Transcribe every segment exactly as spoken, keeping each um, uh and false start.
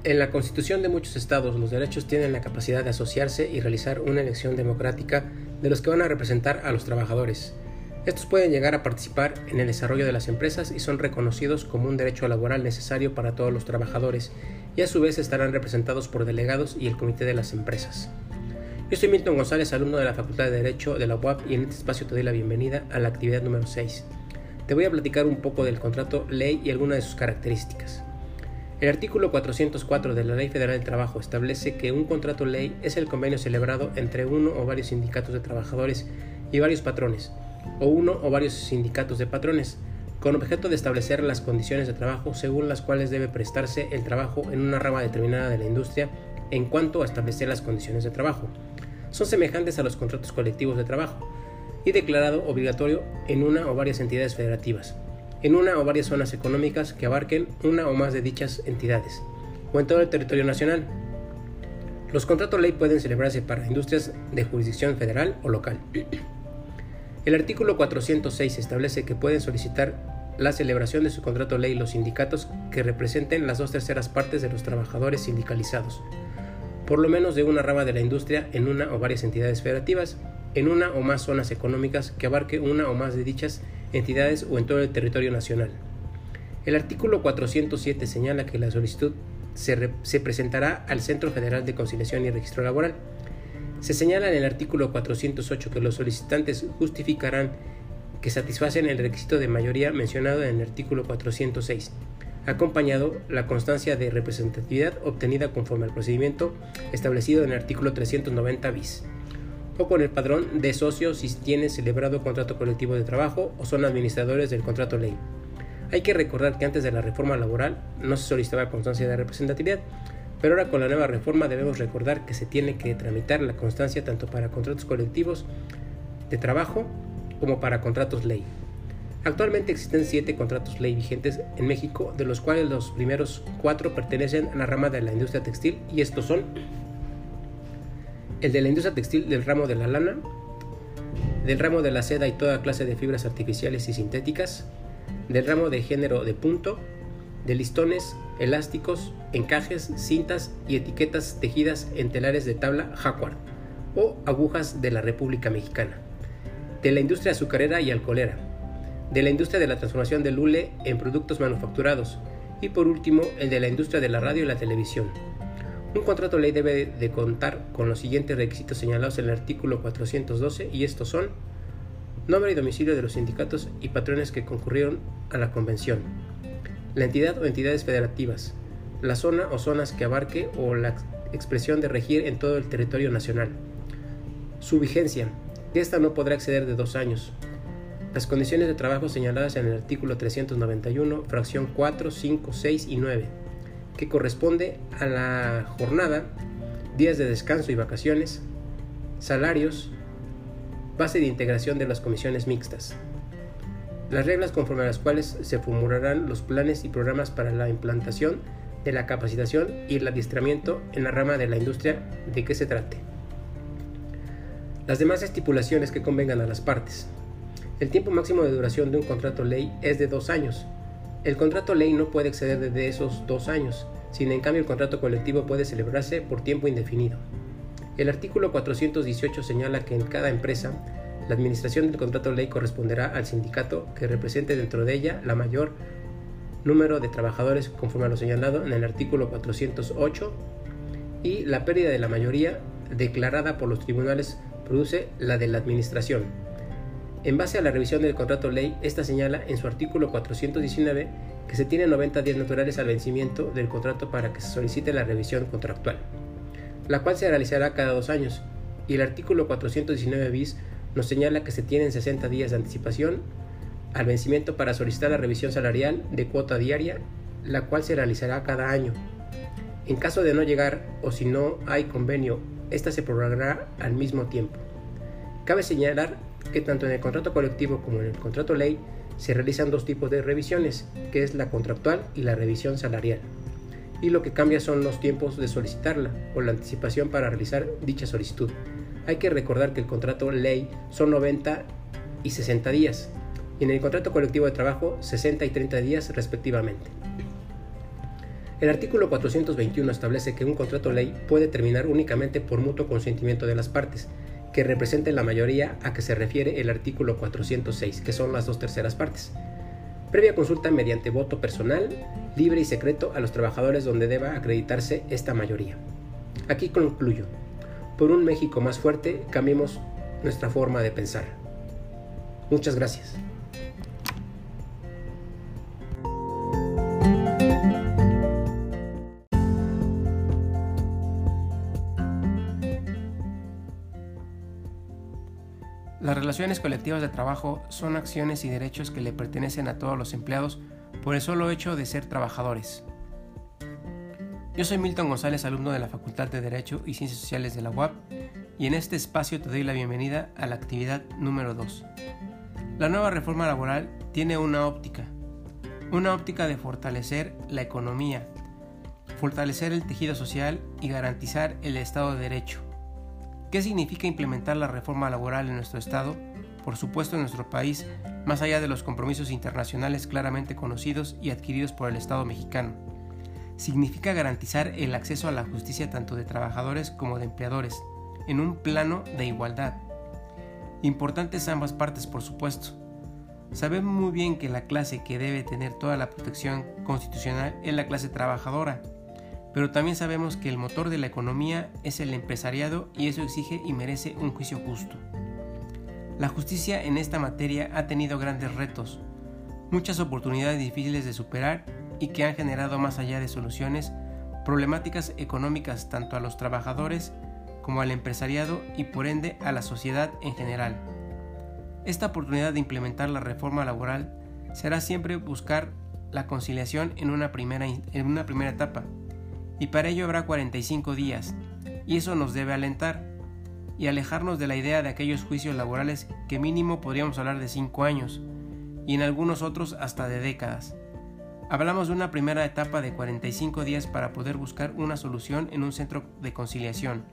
En la Constitución de muchos estados, los derechos tienen la capacidad de asociarse y realizar una elección democrática de los que van a representar a los trabajadores. Estos pueden llegar a participar en el desarrollo de las empresas y son reconocidos como un derecho laboral necesario para todos los trabajadores, y a su vez estarán representados por delegados y el comité de las empresas. Yo soy Milton González, alumno de la Facultad de Derecho de la U A P, y en este espacio te doy la bienvenida a la actividad número seis. Te voy a platicar un poco del contrato ley y algunas de sus características. El artículo cuatrocientos cuatro de la Ley Federal del Trabajo establece que un contrato ley es el convenio celebrado entre uno o varios sindicatos de trabajadores y varios patrones, o uno o varios sindicatos de patrones, con objeto de establecer las condiciones de trabajo según las cuales debe prestarse el trabajo en una rama determinada de la industria en cuanto a establecer las condiciones de trabajo. Son semejantes a los contratos colectivos de trabajo y declarado obligatorio en una o varias entidades federativas, en una o varias zonas económicas que abarquen una o más de dichas entidades, o en todo el territorio nacional. Los contratos ley pueden celebrarse para industrias de jurisdicción federal o local. El artículo cuatrocientos seis establece que pueden solicitar la celebración de su contrato ley los sindicatos que representen las dos terceras partes de los trabajadores sindicalizados, por lo menos de una rama de la industria en una o varias entidades federativas, en una o más zonas económicas que abarque una o más de dichas entidades o en todo el territorio nacional. El artículo cuatrocientos siete señala que la solicitud se, re, se presentará al Centro Federal de Conciliación y Registro Laboral. Se señala en el artículo cuatrocientos ocho que los solicitantes justificarán que satisfacen el requisito de mayoría mencionado en el artículo cuatrocientos seis, acompañado la constancia de representatividad obtenida conforme al procedimiento establecido en el artículo trescientos noventa bis, o con el padrón de socios si tienen celebrado contrato colectivo de trabajo o son administradores del contrato ley. Hay que recordar que antes de la reforma laboral no se solicitaba constancia de representatividad, pero ahora con la nueva reforma debemos recordar que se tiene que tramitar la constancia tanto para contratos colectivos de trabajo como para contratos ley. Actualmente existen siete contratos ley vigentes en México, de los cuales los primeros cuatro pertenecen a la rama de la industria textil, y estos son el de la industria textil del ramo de la lana, del ramo de la seda y toda clase de fibras artificiales y sintéticas, del ramo de género de punto, de listones, elásticos, encajes, cintas y etiquetas tejidas en telares de tabla jacquard o agujas de la República Mexicana, de la industria azucarera y alcoholera, de la industria de la transformación del hule en productos manufacturados y por último el de la industria de la radio y la televisión. Un contrato ley debe de contar con los siguientes requisitos señalados en el artículo cuatrocientos doce, y estos son: nombre y domicilio de los sindicatos y patrones que concurrieron a la convención, la entidad o entidades federativas, la zona o zonas que abarque o la expresión de regir en todo el territorio nacional, su vigencia, que ésta no podrá exceder de dos años, las condiciones de trabajo señaladas en el artículo trescientos noventa y uno, fracción cuatro, cinco, seis y nueve, que corresponde a la jornada, días de descanso y vacaciones, salarios, base de integración de las comisiones mixtas, las reglas conforme a las cuales se formularán los planes y programas para la implantación de la capacitación y el adiestramiento en la rama de la industria de que se trate, las demás estipulaciones que convengan a las partes. El tiempo máximo de duración de un contrato ley es de dos años. El contrato ley no puede exceder de esos dos años, sino en cambio el contrato colectivo puede celebrarse por tiempo indefinido. El artículo cuatrocientos dieciocho señala que en cada empresa la administración del contrato ley corresponderá al sindicato que represente dentro de ella la mayor número de trabajadores conforme a lo señalado en el artículo cuatrocientos ocho, y la pérdida de la mayoría declarada por los tribunales produce la de la administración. En base a la revisión del contrato ley, esta señala en su artículo cuatrocientos diecinueve que se tienen noventa días naturales al vencimiento del contrato para que se solicite la revisión contractual, la cual se realizará cada dos años, y el artículo cuatrocientos diecinueve bis nos señala que se tienen sesenta días de anticipación al vencimiento para solicitar la revisión salarial de cuota diaria, la cual se realizará cada año. En caso de no llegar o si no hay convenio, esta se prorrogará al mismo tiempo. Cabe señalar que tanto en el contrato colectivo como en el contrato ley se realizan dos tipos de revisiones, que es la contractual y la revisión salarial, y lo que cambia son los tiempos de solicitarla o la anticipación para realizar dicha solicitud. Hay que recordar que el contrato ley son noventa y sesenta días, y en el contrato colectivo de trabajo sesenta y treinta días respectivamente. El artículo cuatrocientos veintiuno establece que un contrato ley puede terminar únicamente por mutuo consentimiento de las partes, que representen la mayoría a que se refiere el artículo cuatrocientos seis, que son las dos terceras partes. Previa consulta mediante voto personal, libre y secreto a los trabajadores donde deba acreditarse esta mayoría. Aquí concluyo. Por un México más fuerte, cambiemos nuestra forma de pensar. Muchas gracias. Las relaciones colectivas de trabajo son acciones y derechos que le pertenecen a todos los empleados por el solo hecho de ser trabajadores. Yo soy Milton González, alumno de la Facultad de Derecho y Ciencias Sociales de la U A P, y en este espacio te doy la bienvenida a la actividad número dos. La nueva reforma laboral tiene una óptica, una óptica de fortalecer la economía, fortalecer el tejido social y garantizar el Estado de Derecho. ¿Qué significa implementar la reforma laboral en nuestro Estado? Por supuesto, en nuestro país, más allá de los compromisos internacionales claramente conocidos y adquiridos por el Estado mexicano. Significa garantizar el acceso a la justicia tanto de trabajadores como de empleadores, en un plano de igualdad. Importantes ambas partes, por supuesto. Sabemos muy bien que la clase que debe tener toda la protección constitucional es la clase trabajadora, pero también sabemos que el motor de la economía es el empresariado y eso exige y merece un juicio justo. La justicia en esta materia ha tenido grandes retos, muchas oportunidades difíciles de superar y que han generado, más allá de soluciones, problemáticas económicas tanto a los trabajadores como al empresariado y por ende a la sociedad en general. Esta oportunidad de implementar la reforma laboral será siempre buscar la conciliación en una primera, en una primera etapa, y para ello habrá cuarenta y cinco días, y eso nos debe alentar y alejarnos de la idea de aquellos juicios laborales que mínimo podríamos hablar de cinco años, y en algunos otros hasta de décadas. Hablamos de una primera etapa de cuarenta y cinco días para poder buscar una solución en un centro de conciliación.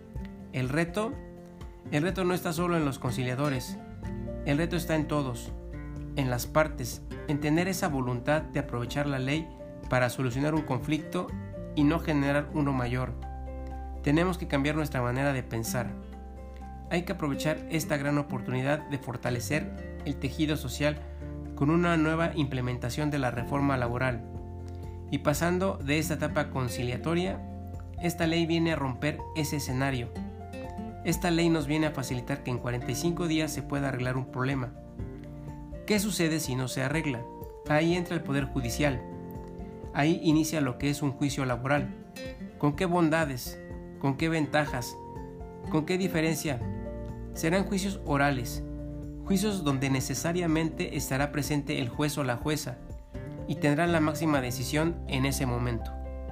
El reto, el reto no está solo en los conciliadores, el reto está en todos, en las partes, en tener esa voluntad de aprovechar la ley para solucionar un conflicto y no generar uno mayor. Tenemos que cambiar nuestra manera de pensar. Hay que aprovechar esta gran oportunidad de fortalecer el tejido social con una nueva implementación de la reforma laboral. Y pasando de esta etapa conciliatoria, esta ley viene a romper ese escenario. Esta ley nos viene a facilitar que en cuarenta y cinco días se pueda arreglar un problema. ¿Qué sucede si no se arregla? Ahí entra el Poder Judicial. Ahí inicia lo que es un juicio laboral. ¿Con qué bondades? ¿Con qué ventajas? ¿Con qué diferencia? Serán juicios orales, juicios donde necesariamente estará presente el juez o la jueza y tendrán la máxima decisión en ese momento.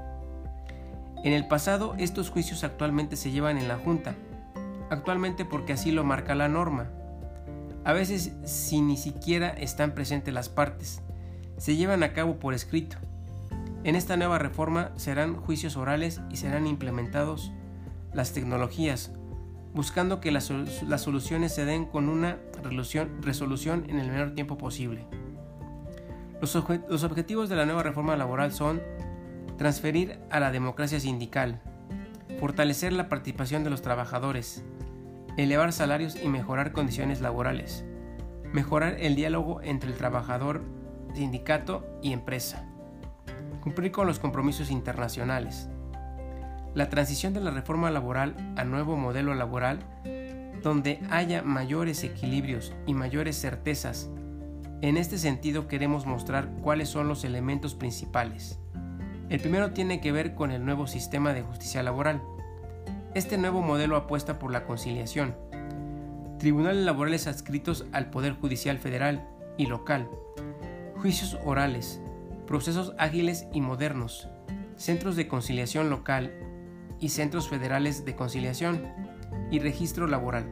En el pasado, estos juicios actualmente se llevan en la Junta, actualmente porque así lo marca la norma. A veces, si ni siquiera están presentes las partes, se llevan a cabo por escrito. En esta nueva reforma serán juicios orales y serán implementados las tecnologías, buscando que las, las soluciones se den con una resolución, resolución en el menor tiempo posible. Los, obje, los objetivos de la nueva reforma laboral son transferir a la democracia sindical, fortalecer la participación de los trabajadores, elevar salarios y mejorar condiciones laborales, mejorar el diálogo entre el trabajador, sindicato y empresa, cumplir con los compromisos internacionales. La transición de la reforma laboral a nuevo modelo laboral, donde haya mayores equilibrios y mayores certezas. En este sentido queremos mostrar cuáles son los elementos principales. El primero tiene que ver con el nuevo sistema de justicia laboral. Este nuevo modelo apuesta por la conciliación. Tribunales laborales adscritos al Poder Judicial Federal y local. Juicios orales. Procesos ágiles y modernos. Centros de conciliación local y centros federales de conciliación y registro laboral.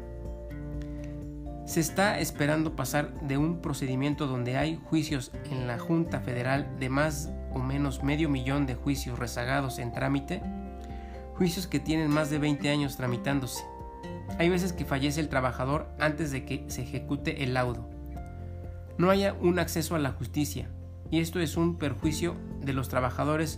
Se está esperando pasar de un procedimiento donde hay juicios en la Junta Federal de más o menos medio millón de juicios rezagados en trámite, juicios que tienen más de veinte años tramitándose. Hay veces que fallece el trabajador antes de que se ejecute el laudo. No haya un acceso a la justicia, y esto es un perjuicio de los trabajadores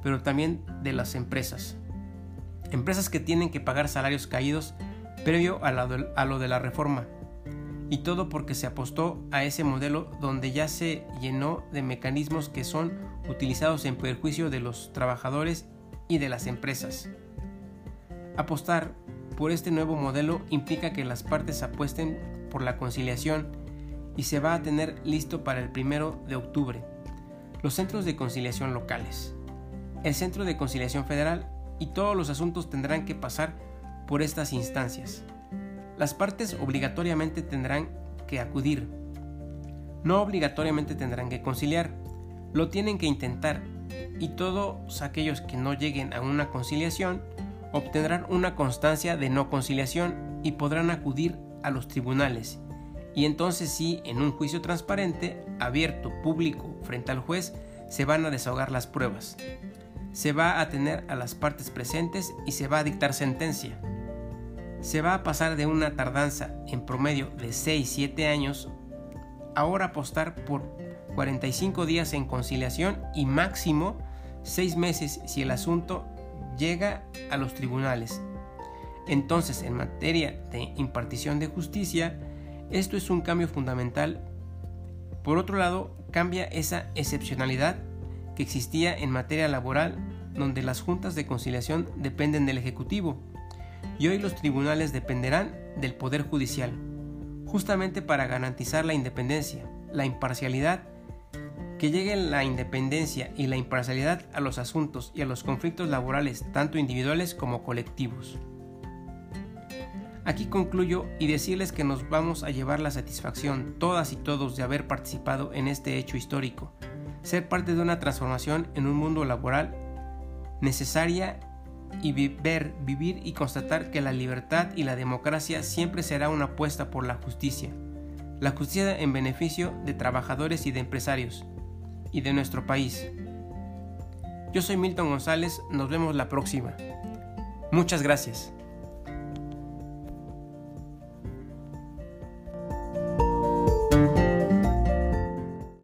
pero también de las empresas. Empresas que tienen que pagar salarios caídos previo a, la, a lo de la reforma. Y todo porque se apostó a ese modelo donde ya se llenó de mecanismos que son utilizados en perjuicio de los trabajadores y de las empresas. Apostar por este nuevo modelo implica que las partes apuesten por la conciliación y se va a tener listo para el primero de octubre los centros de conciliación locales, el Centro de Conciliación Federal y todos los asuntos tendrán que pasar por estas instancias. Las partes obligatoriamente tendrán que acudir, no obligatoriamente tendrán que conciliar, lo tienen que intentar y todos aquellos que no lleguen a una conciliación obtendrán una constancia de no conciliación y podrán acudir a los tribunales. Y entonces sí, en un juicio transparente, abierto, público, frente al juez, se van a desahogar las pruebas. Se va a tener a las partes presentes y se va a dictar sentencia. Se va a pasar de una tardanza en promedio de seis a siete años, ahora apostar por cuarenta y cinco días en conciliación y máximo seis meses si el asunto llega a los tribunales. Entonces, en materia de impartición de justicia, esto es un cambio fundamental. Por otro lado, cambia esa excepcionalidad que existía en materia laboral, donde las juntas de conciliación dependen del Ejecutivo, y hoy los tribunales dependerán del Poder Judicial, justamente para garantizar la independencia, la imparcialidad, que llegue la independencia y la imparcialidad a los asuntos y a los conflictos laborales, tanto individuales como colectivos. Aquí concluyo y decirles que nos vamos a llevar la satisfacción, todas y todos, de haber participado en este hecho histórico, ser parte de una transformación en un mundo laboral necesaria y ver, vivir y constatar que la libertad y la democracia siempre será una apuesta por la justicia, la justicia en beneficio de trabajadores y de empresarios y de nuestro país. Yo soy Milton González, nos vemos la próxima. Muchas gracias.